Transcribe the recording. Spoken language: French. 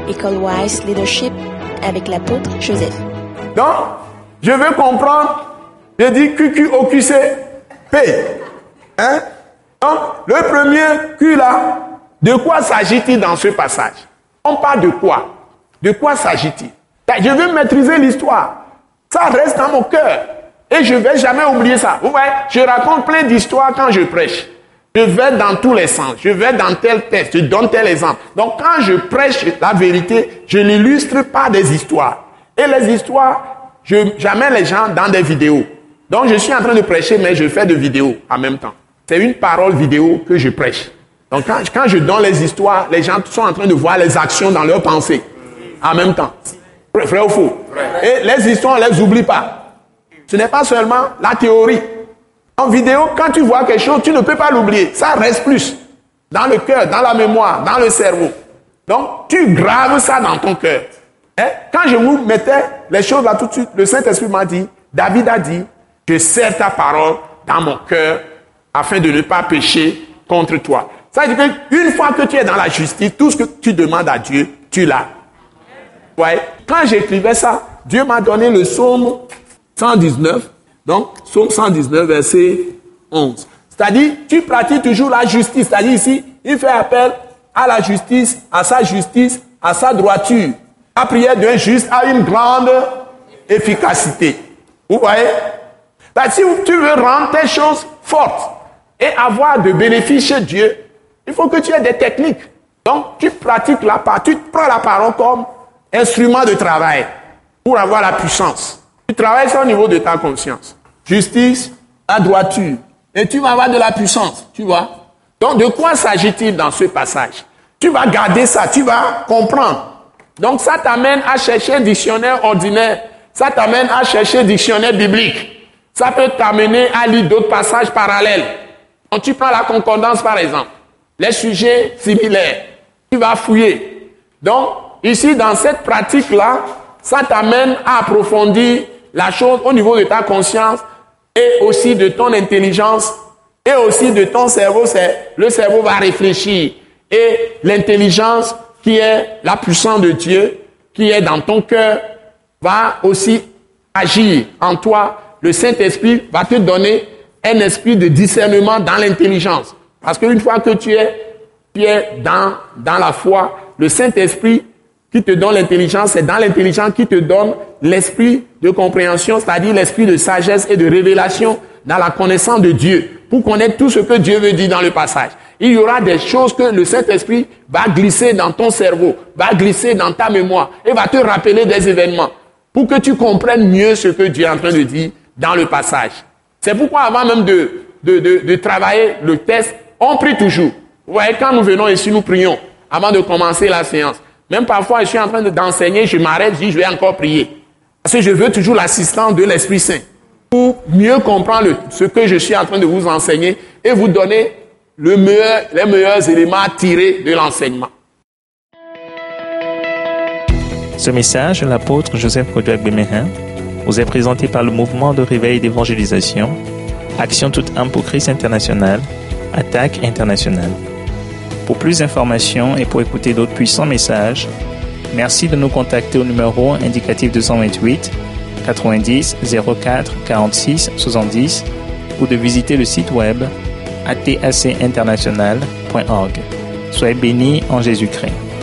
École Wise Leadership avec l'apôtre Joseph. Donc, je veux comprendre. Je dis QQOQC, P. Hein? Donc, le premier Q là, de quoi s'agit-il dans ce passage? On parle de quoi? De quoi s'agit-il? Je veux maîtriser l'histoire. Ça reste dans mon cœur. Et je ne vais jamais oublier ça. Vous voyez, je raconte plein d'histoires quand je prêche. Je vais dans tous les sens. Je vais dans tel texte. Je donne tel exemple. Donc, quand je prêche la vérité, je l'illustre par des histoires. Et les histoires, j'amène les gens dans des vidéos. Donc, je suis en train de prêcher, mais je fais des vidéos en même temps. C'est une parole vidéo que je prêche. Donc, quand je donne les histoires, les gens sont en train de voir les actions dans leurs pensées. En même temps. Vrai ou faux? Et les histoires, on ne les oublie pas. Ce n'est pas seulement la théorie. En vidéo, quand tu vois quelque chose, tu ne peux pas l'oublier. Ça reste plus. Dans le cœur, dans la mémoire, dans le cerveau. Donc, tu graves ça dans ton cœur. Quand je vous mettais les choses là tout de suite, le Saint-Esprit m'a dit, David a dit, je serre ta parole dans mon cœur afin de ne pas pécher contre toi. Ça veut dire qu'une fois que tu es dans la justice, tout ce que tu demandes à Dieu, tu l'as. Ouais. Quand j'écrivais ça, Dieu m'a donné le psaume 119. Donc, psaume 119, verset 11. C'est-à-dire, tu pratiques toujours la justice. C'est-à-dire ici, il fait appel à la justice, à sa droiture. La prière d'un juste a une grande efficacité. Vous voyez? Si tu veux rendre tes choses fortes et avoir de bénéfices chez Dieu, il faut que tu aies des techniques. Donc, tu pratiques tu prends la parole comme instrument de travail pour avoir la puissance. Tu travailles ça au niveau de ta conscience. Justice, la droiture. Et tu vas avoir de la puissance, tu vois. Donc, de quoi s'agit-il dans ce passage? Tu vas garder ça, tu vas comprendre. Donc, ça t'amène à chercher un dictionnaire ordinaire. Ça t'amène à chercher un dictionnaire biblique. Ça peut t'amener à lire d'autres passages parallèles. Donc, tu prends la concordance, par exemple. Les sujets similaires. Tu vas fouiller. Donc, ici, dans cette pratique-là, ça t'amène à approfondir la chose au niveau de ta conscience et aussi de ton intelligence et aussi de ton cerveau. Le cerveau va réfléchir. Et l'intelligence qui est la puissance de Dieu, qui est dans ton cœur, va aussi agir en toi. Le Saint-Esprit va te donner un esprit de discernement dans l'intelligence. Parce qu'une fois que tu es dans la foi, le Saint-Esprit qui te donne l'intelligence, c'est dans l'intelligence qui te donne l'esprit de compréhension, c'est-à-dire l'esprit de sagesse et de révélation dans la connaissance de Dieu, pour connaître tout ce que Dieu veut dire dans le passage. Il y aura des choses que le Saint-Esprit va glisser dans ton cerveau, va glisser dans ta mémoire et va te rappeler des événements pour que tu comprennes mieux ce que Dieu est en train de dire dans le passage. C'est pourquoi avant même de travailler le texte, on prie toujours. Vous voyez, quand nous venons ici, nous prions avant de commencer la séance. Même parfois, je suis en train d'enseigner, je m'arrête, je dis, je vais encore prier. Parce que je veux toujours l'assistance de l'Esprit Saint pour mieux comprendre ce que je suis en train de vous enseigner et vous donner les meilleurs éléments à tirer de l'enseignement. Ce message de l'apôtre Joseph Kodouak Bemehin vous est présenté par le mouvement de réveil d'évangélisation, Action toute âme pour Christ international, Attaque internationale. Pour plus d'informations et pour écouter d'autres puissants messages, merci de nous contacter au numéro indicatif 228 90 04 46 70 ou de visiter le site web atacinternational.org. Soyez bénis en Jésus-Christ.